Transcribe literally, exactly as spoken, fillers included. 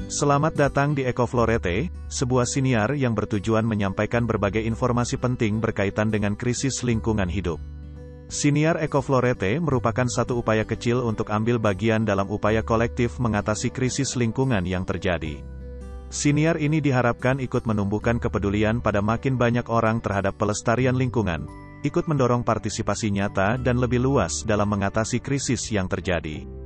Selamat datang di Ekoflorete, sebuah siniar yang bertujuan menyampaikan berbagai informasi penting berkaitan dengan krisis lingkungan hidup. Siniar Ekoflorete merupakan satu upaya kecil untuk ambil bagian dalam upaya kolektif mengatasi krisis lingkungan yang terjadi. Siniar ini diharapkan ikut menumbuhkan kepedulian pada makin banyak orang terhadap pelestarian lingkungan, ikut mendorong partisipasi nyata dan lebih luas dalam mengatasi krisis yang terjadi.